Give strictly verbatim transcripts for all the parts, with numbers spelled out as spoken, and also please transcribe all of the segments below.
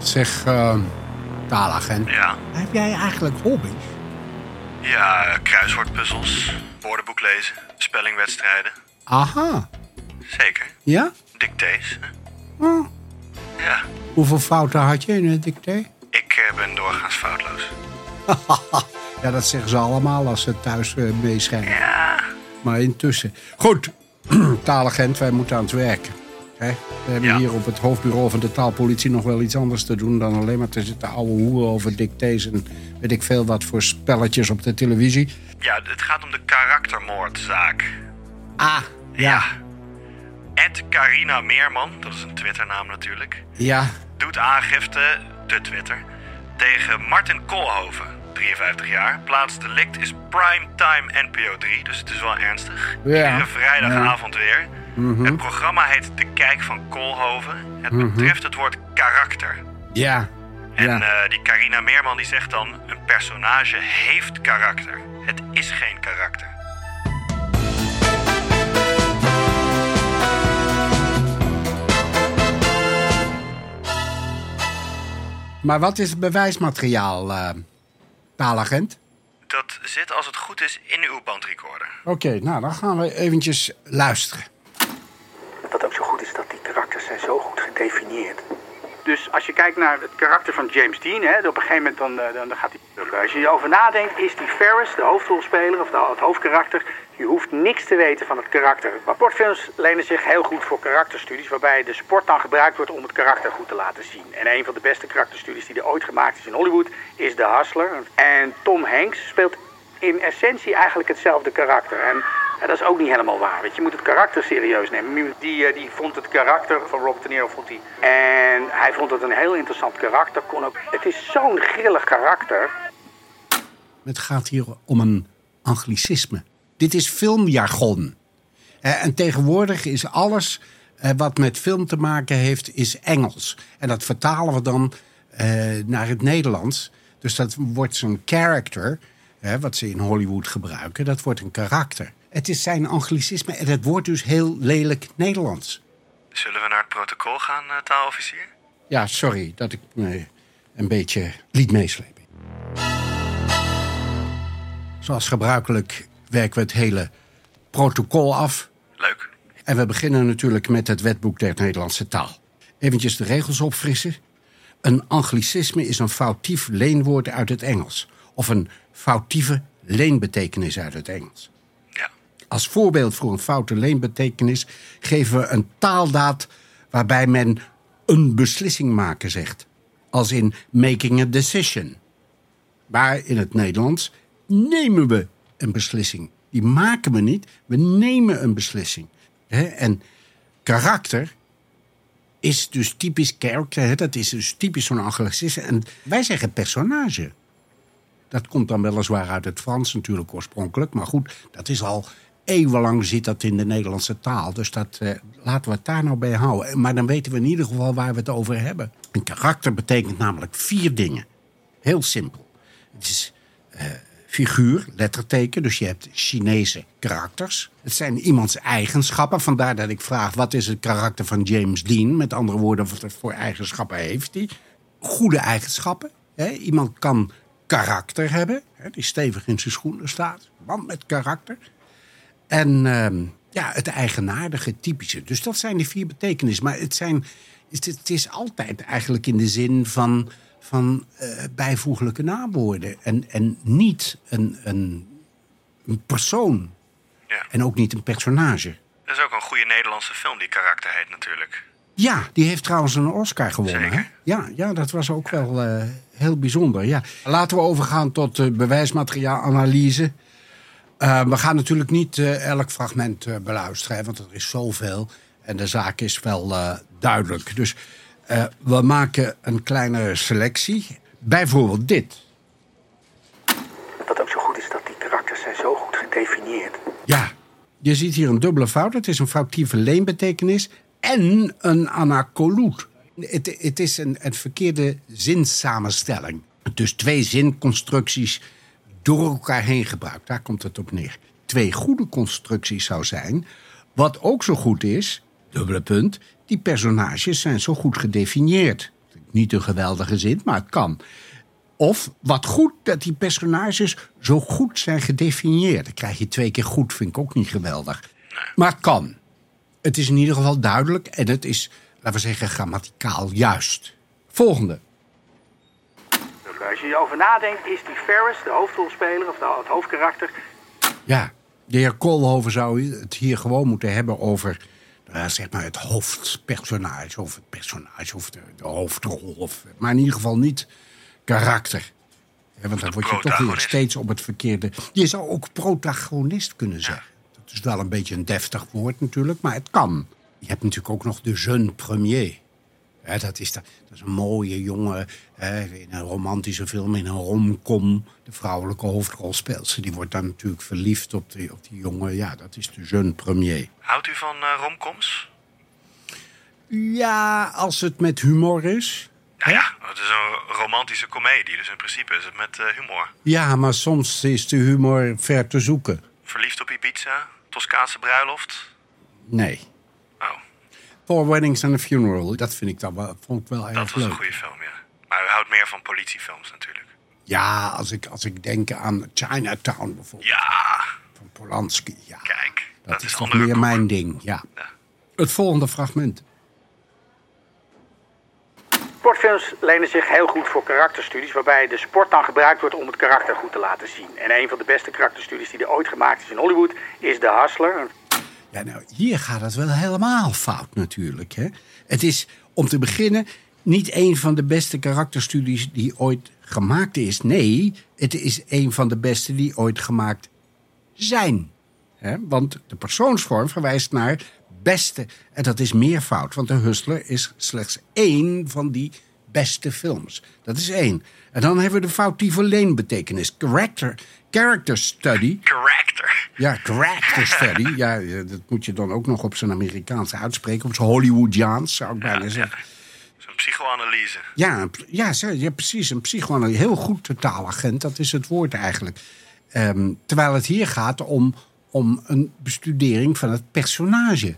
Zeg, uh, taalagent. Ja? Heb jij eigenlijk hobby's? Ja, kruiswoordpuzzels, woordenboek lezen, spellingwedstrijden. Aha. Zeker. Ja? Dictées. Hè? Oh. Ja. Hoeveel fouten had je in het dicté? Ik uh, ben doorgaans foutloos. Ja, dat zeggen ze allemaal als ze thuis uh, meeschrijven. Ja. Maar intussen. Goed, taalagent, wij moeten aan het werken. He? We hebben ja. hier op het hoofdbureau van de taalpolitie nog wel iets anders te doen dan alleen maar te zitten ouwe hoeren over dictées en weet ik veel wat voor spelletjes op de televisie. Ja, het gaat om de karaktermoordzaak. Ah, ja. ja. Ed Carina Meerman, dat is een Twitternaam natuurlijk. Ja. Doet aangifte, te Twitter, tegen Martin Koolhoven, drieënvijftig jaar. Plaats delict is primetime N P O drie, dus het is wel ernstig. Ja. Iedere vrijdagavond ja. weer. Mm-hmm. Het programma heet De Kijk van Koolhoven. Het mm-hmm. betreft het woord karakter. Ja. En ja. uh, die Carina Meerman die zegt dan, een personage heeft karakter. Het is geen karakter. Maar wat is het bewijsmateriaal, uh, taalagent? Dat zit als het goed is in uw bandrecorder. Oké, okay, nou dan gaan we eventjes luisteren. Wat ook zo goed is, dat die karakters zijn zo goed gedefinieerd. Dus als je kijkt naar het karakter van James Dean, hè, op een gegeven moment dan, dan, dan gaat hij... Als je erover nadenkt, is die Ferris, de hoofdrolspeler of de, het hoofdkarakter... Je hoeft niks te weten van het karakter. Maar sportfilms lenen zich heel goed voor karakterstudies... waarbij de sport dan gebruikt wordt om het karakter goed te laten zien. En een van de beste karakterstudies die er ooit gemaakt is in Hollywood... is The Hustler. En Tom Hanks speelt in essentie eigenlijk hetzelfde karakter. En ja, dat is ook niet helemaal waar. Weet je, je moet het karakter serieus nemen. Die, die vond het karakter van Robert De Niro... Vond hij. En hij vond het een heel interessant karakter. Kon ook, het is zo'n grillig karakter. Het gaat hier om een anglicisme. Dit is filmjargon. Uh, en tegenwoordig is alles uh, wat met film te maken heeft, is Engels. En dat vertalen we dan uh, naar het Nederlands. Dus dat wordt zo'n character, uh, wat ze in Hollywood gebruiken, dat wordt een karakter. Het is zijn anglicisme en het wordt dus heel lelijk Nederlands. Zullen we naar het protocol gaan, uh, taalofficier? Ja, sorry dat ik me een beetje liet meeslepen. Zoals gebruikelijk werken we het hele protocol af. Leuk. En we beginnen natuurlijk met het wetboek der Nederlandse taal. Eventjes de regels opfrissen. Een anglicisme is een foutief leenwoord uit het Engels. Of een foutieve leenbetekenis uit het Engels. Ja. Als voorbeeld voor een foute leenbetekenis geven we een taaldaad waarbij men een beslissing maken zegt. Als in making a decision. Maar in het Nederlands nemen we een beslissing. Die maken we niet, we nemen een beslissing. He? En karakter is dus typisch character, he? Dat is dus typisch zo'n anglicisme. En wij zeggen personage. Dat komt dan weliswaar uit het Frans natuurlijk oorspronkelijk. Maar goed, dat is al eeuwenlang zit dat in de Nederlandse taal. Dus dat, eh, laten we het daar nou bij houden. Maar dan weten we in ieder geval waar we het over hebben. Een karakter betekent namelijk vier dingen. Heel simpel. Het is Uh, figuur, letterteken, dus je hebt Chinese karakters. Het zijn iemands eigenschappen, vandaar dat ik vraag... wat is het karakter van James Dean? Met andere woorden, wat voor eigenschappen heeft hij? Goede eigenschappen. Hè? Iemand kan karakter hebben, hè, die stevig in zijn schoenen staat. Man met karakter. En uh, ja, het eigenaardige, typische. Dus dat zijn die vier betekenissen. Maar het, zijn, het, het is altijd eigenlijk in de zin van... van uh, bijvoeglijke naamwoorden. En, en niet een, een, een persoon. Ja. En ook niet een personage. Dat is ook een goede Nederlandse film die karakter heet natuurlijk. Ja, die heeft trouwens een Oscar gewonnen. Zeker. Hè? Ja, ja, dat was ook wel uh, heel bijzonder. Ja. Laten we overgaan tot uh, bewijsmateriaalanalyse. Uh, we gaan natuurlijk niet uh, elk fragment uh, beluisteren, want er is zoveel. En de zaak is wel uh, duidelijk. Dus... Uh, we maken een kleine selectie. Bijvoorbeeld dit. Wat ook zo goed is, dat die karakters zijn zo goed gedefinieerd. Ja, je ziet hier een dubbele fout. Het is een foutieve leenbetekenis en een anacoluut. Het, het is een, een verkeerde zinssamenstelling. Dus twee zinconstructies door elkaar heen gebruikt. Daar komt het op neer. Twee goede constructies zou zijn. Wat ook zo goed is, dubbele punt... die personages zijn zo goed gedefinieerd. niet een geweldige zin, maar het kan. Of wat goed dat die personages zo goed zijn gedefinieerd. Dan krijg je twee keer goed, vind ik ook niet geweldig. Maar het kan. Het is in ieder geval duidelijk en het is, laten we zeggen, grammaticaal juist. Volgende. Als je erover nadenkt, is die Ferris, de hoofdrolspeler of de, het hoofdkarakter... Ja, de heer Koolhoven zou het hier gewoon moeten hebben over... Uh, zeg maar het hoofdpersonage of het personage of de, de hoofdrol. Of, maar in ieder geval niet karakter. Ja, want dan word je toch weer steeds op het verkeerde... Je zou ook protagonist kunnen zeggen. Ja. Dat is wel een beetje een deftig woord natuurlijk, maar het kan. Je hebt natuurlijk ook nog de jeune premier. Ja, dat, is de, dat is een mooie jongen hè, in een romantische film, in een romcom. De vrouwelijke hoofdrolspeelster, die wordt dan natuurlijk verliefd op die, op die jongen. Ja, dat is de jeune premier. Houdt u van uh, romcoms? Ja, als het met humor is. Nou ja, het is een romantische komedie, dus in principe is het met uh, humor. Ja, maar soms is de humor ver te zoeken. Verliefd op Ibiza? Toscaanse bruiloft? Nee. Oh. Four Weddings and a Funeral, dat vind ik dan wel, vond ik wel erg leuk. Dat was een goede film, ja. Maar u houdt meer van politiefilms natuurlijk. Ja, als ik, als ik denk aan Chinatown bijvoorbeeld. Ja. Van Polanski, ja. Kijk, dat, dat is is toch meer meer mijn ding, ja. ja. Het volgende fragment. Sportfilms lenen zich heel goed voor karakterstudies... waarbij de sport dan gebruikt wordt om het karakter goed te laten zien. En een van de beste karakterstudies die er ooit gemaakt is in Hollywood... is The Hustler. Ja, nou, hier gaat het wel helemaal fout natuurlijk. Hè? Het is, om te beginnen, niet een van de beste karakterstudies die ooit gemaakt is. Nee, het is een van de beste die ooit gemaakt zijn. Hè? Want de persoonsvorm verwijst naar beste. En dat is meervoud, want The Hustler is slechts één van die beste films. Dat is één. En dan hebben we de foutieve leenbetekenis. Character, character study. Character. Ja, character study. Ja, dat moet je dan ook nog op zijn Amerikaans uitspreken. Op zijn Hollywoodiaans, zou ik bijna ja, zeggen. Ja. Zo'n psychoanalyse. Ja, ja, ja, precies. Een psychoanalyse. Heel goed totaalagent, dat is het woord eigenlijk. Um, terwijl het hier gaat om, om een bestudering van het personage.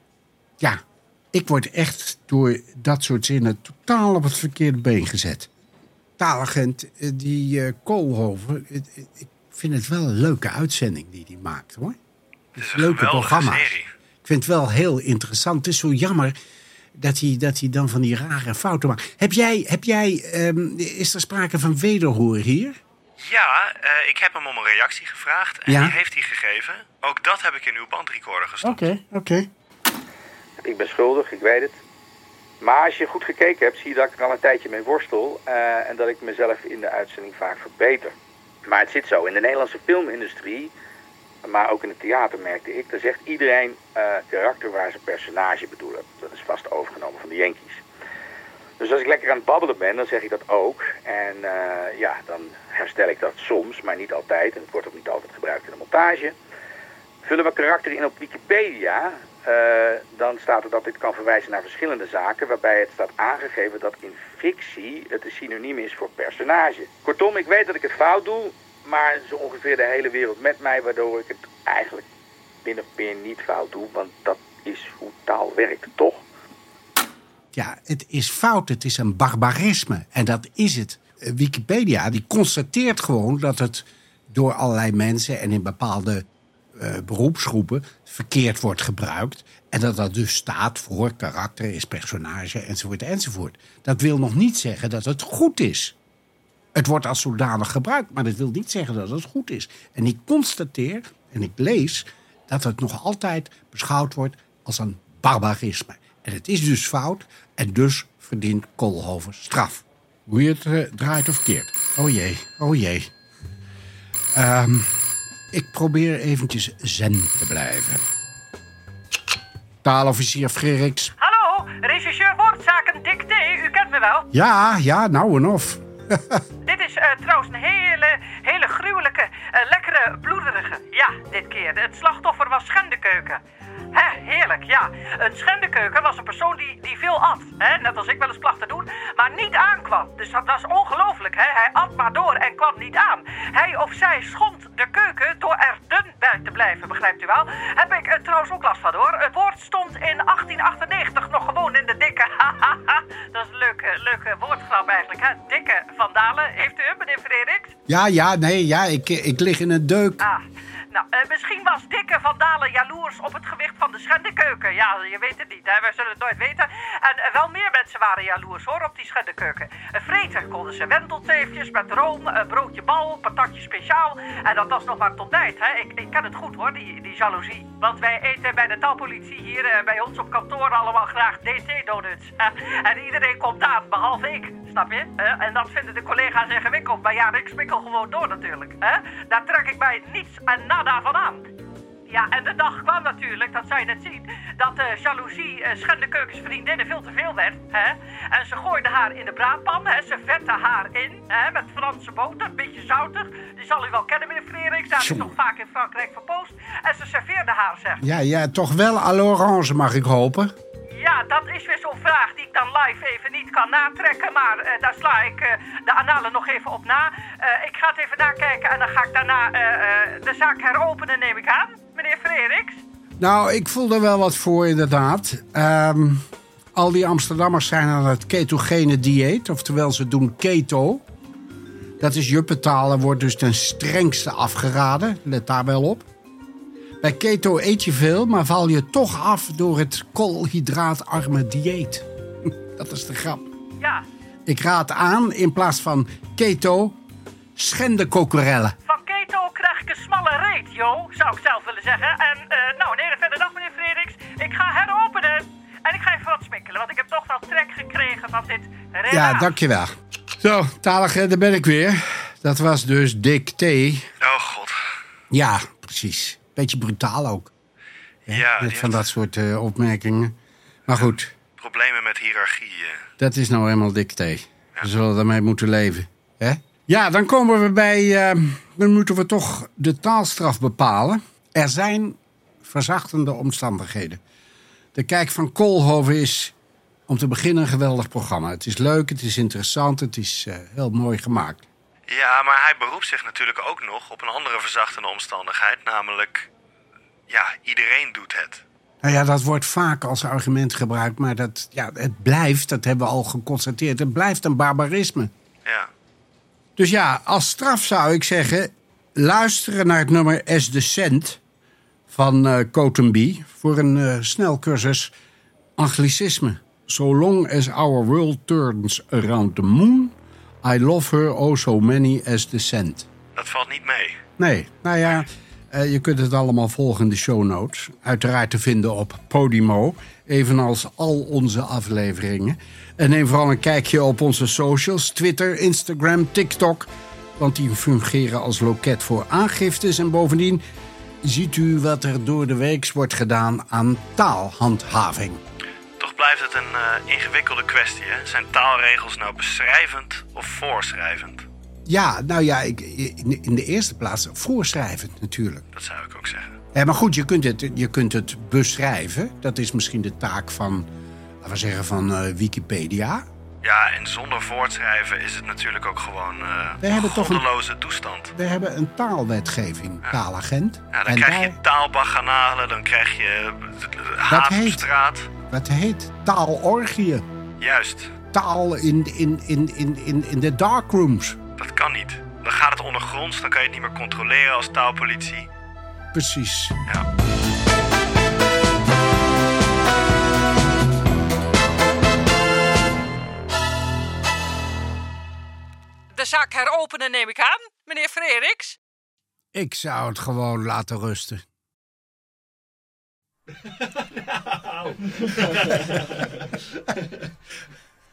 Ja, ik word echt door dat soort zinnen totaal op het verkeerde been gezet. Taalagent, die uh, Koolhoven, ik vind het wel een leuke uitzending die hij maakt, hoor. Het is een leuke programma. Serie. Ik vind het wel heel interessant. Het is zo jammer dat hij, dat hij dan van die rare fouten maakt. Heb jij, heb jij um, is er sprake van wederhoor hier? Ja, uh, ik heb hem om een reactie gevraagd en ja? die heeft hij gegeven. Ook dat heb ik in uw bandrecorder gestopt. Oké, okay, oké. Okay. Ik ben schuldig, ik weet het. Maar als je goed gekeken hebt, zie je dat ik er al een tijdje mee worstel... Uh, en dat ik mezelf in de uitzending vaak verbeter. Maar het zit zo, in de Nederlandse filmindustrie, maar ook in het theater merkte ik... daar zegt iedereen uh, karakter waar ze personage bedoelen. Dat is vast overgenomen van de Yankees. Dus als ik lekker aan het babbelen ben, dan zeg ik dat ook. En uh, ja, dan herstel ik dat soms, maar niet altijd. En het wordt ook niet altijd gebruikt in de montage. Vullen we karakter in op Wikipedia... Uh, dan staat er dat dit kan verwijzen naar verschillende zaken... waarbij het staat aangegeven dat in fictie het een synoniem is voor personage. Kortom, ik weet dat ik het fout doe... maar zo ongeveer de hele wereld met mij... waardoor ik het eigenlijk min of meer niet fout doe... want dat is hoe taal werkt, toch? Ja, het is fout. Het is een barbarisme. En dat is het. Wikipedia die constateert gewoon dat het door allerlei mensen... en in bepaalde... Uh, beroepsgroepen verkeerd wordt gebruikt... en dat dat dus staat voor karakter, is personage, enzovoort, enzovoort. Dat wil nog niet zeggen dat het goed is. Het wordt als zodanig gebruikt, maar dat wil niet zeggen dat het goed is. En ik constateer, en ik lees... dat het nog altijd beschouwd wordt als een barbarisme. En het is dus fout, en dus verdient Koolhoven straf. Hoe je het uh, draait of keert. Oh jee, oh jee. Ehm... Um, Ik probeer eventjes zen te blijven. Taalofficier Frederiks. Hallo, regisseur woordzaken Dick T. U kent me wel? Ja, ja, nou en of. Dit is uh, trouwens een hele, hele gruwelijke, uh, lekkere, bloederige. Ja, dit keer. Het slachtoffer was Schendekeuken. Hè, heerlijk, ja. Een Schendekeuken was een persoon die, die veel at. Hè, net als ik wel eens placht te doen, maar niet aankwam. Dus dat was ongelooflijk. Hè. Hij at maar door en kwam niet aan. Hij of zij schond de keuken door er dun bij te blijven, begrijpt u wel? Heb ik er trouwens ook last van, hoor. Het woord stond in achttien achtennegentig nog gewoon in de dikke. Dat is een leuk, leuk woord. Van Dalen. Heeft u hem, meneer Frederiks? Ja, ja, nee, ja, ik, ik lig in een deuk. Ah, nou, uh, misschien was Dikke Van Dalen jaloers op het gewicht van de schendekeuken. Ja, je weet het niet, hè? We zullen het nooit weten. En uh, wel meer mensen waren jaloers, hoor, op die schendekeuken. Uh, vreten konden ze wentelteefjes met room, uh, broodje bal, patatje speciaal. En dat was nog maar het ontbijt, hè? Ik, ik ken het goed, hoor, die, die jaloezie. Want wij eten bij de taalpolitie hier uh, bij ons op kantoor allemaal graag D T-donuts. Uh, en iedereen komt aan, behalve ik, snap je? Uh, en dat vinden de collega's ingewikkeld. Maar ja, ik smikkel gewoon door natuurlijk. Hè? Daar trek ik mij niets en nada van aan. Ja, en de dag kwam natuurlijk, dat zou je net zien, dat de uh, jaloezie uh, Schendekeukens vriendinnen veel te veel werd. Hè? En ze gooide haar in de braadpan, hè? Ze vette haar in, hè? Met Franse boter, een beetje zoutig. Die zal u wel kennen, meneer Frederiks, daar is nog vaak in Frankrijk verpost. En ze serveerde haar, zeg. Ja, ja, toch wel à l'orange, mag ik hopen? Ja, dat is weer zo'n vraag die ik dan live even niet kan natrekken. Maar uh, daar sla ik uh, de annalen nog even op na. Uh, ik ga het even nakijken en dan ga ik daarna uh, uh, de zaak heropenen, neem ik aan. Meneer Frederiks? Nou, ik voel er wel wat voor, inderdaad. Um, al die Amsterdammers zijn aan het ketogene dieet. Oftewel, ze doen keto. Dat is juppentaal en wordt dus ten strengste afgeraden. Let daar wel op. Bij keto eet je veel, maar val je toch af door het koolhydraatarme dieet. Dat is de grap. Ja. Ik raad aan, in plaats van keto, schendekokerellen. Van keto krijg ik een smalle reet, joh, zou ik zelf willen zeggen. En, uh, nou, een hele verder dag, meneer Frederiks. Ik ga heropenen. En ik ga even wat smikkelen, want ik heb toch wel trek gekregen van dit relaas. Ja, dankjewel. Zo, Talige, daar ben ik weer. Dat was dus Dick T. Oh, god. Ja, precies. Beetje brutaal ook. Ja, ja met van dat soort uh, opmerkingen. Maar goed. Problemen met hiërarchie. Uh. Dat is nou eenmaal Dick T. Ja. We zullen daarmee moeten leven. Hè? Ja, dan komen we bij... Uh, dan moeten we toch de taalstraf bepalen. Er zijn verzachtende omstandigheden. De Kijk van Koolhoven is om te beginnen een geweldig programma. Het is leuk, het is interessant, het is uh, heel mooi gemaakt. Ja, maar hij beroept zich natuurlijk ook nog op een andere verzachtende omstandigheid. Namelijk, ja, iedereen doet het. Nou ja, dat wordt vaak als argument gebruikt. Maar dat, ja, het blijft, dat hebben we al geconstateerd, het blijft een barbarisme. Ja. Dus ja, als straf zou ik zeggen, luisteren naar het nummer As the Cent van uh, Cotonby voor een uh, snelcursus anglicisme. So long as our world turns around the moon, I love her oh so many as the cent. Dat valt niet mee. Nee, nou ja, uh, je kunt het allemaal volgen in de show notes. Uiteraard te vinden op Podimo, evenals al onze afleveringen. En neem vooral een kijkje op onze socials, Twitter, Instagram, TikTok. Want die fungeren als loket voor aangiftes. En bovendien ziet u wat er door de week wordt gedaan aan taalhandhaving. Toch blijft het een uh, ingewikkelde kwestie, hè? Zijn taalregels nou beschrijvend of voorschrijvend? Ja, nou ja, ik, in de eerste plaats voorschrijvend natuurlijk. Dat zou ik ook zeggen. Ja, maar goed, je kunt, het, je kunt het beschrijven. Dat is misschien de taak van, laten we zeggen, van uh, Wikipedia. Ja, en zonder voortschrijven is het natuurlijk ook gewoon uh, we hebben een toch goddeloze een, toestand. We hebben een taalwetgeving, ja. Taalagent. Ja, dan en krijg daar, je taalbacchanalen, dan krijg je haat op straat. Wat heet taalorgieën. Juist. Taal in, in, in, in, in, in de darkrooms. Dat kan niet. Dan gaat het ondergronds, dan kan je het niet meer controleren als taalpolitie. Precies. Ja. De zaak heropenen, neem ik aan, meneer Frederiks? Ik zou het gewoon laten rusten.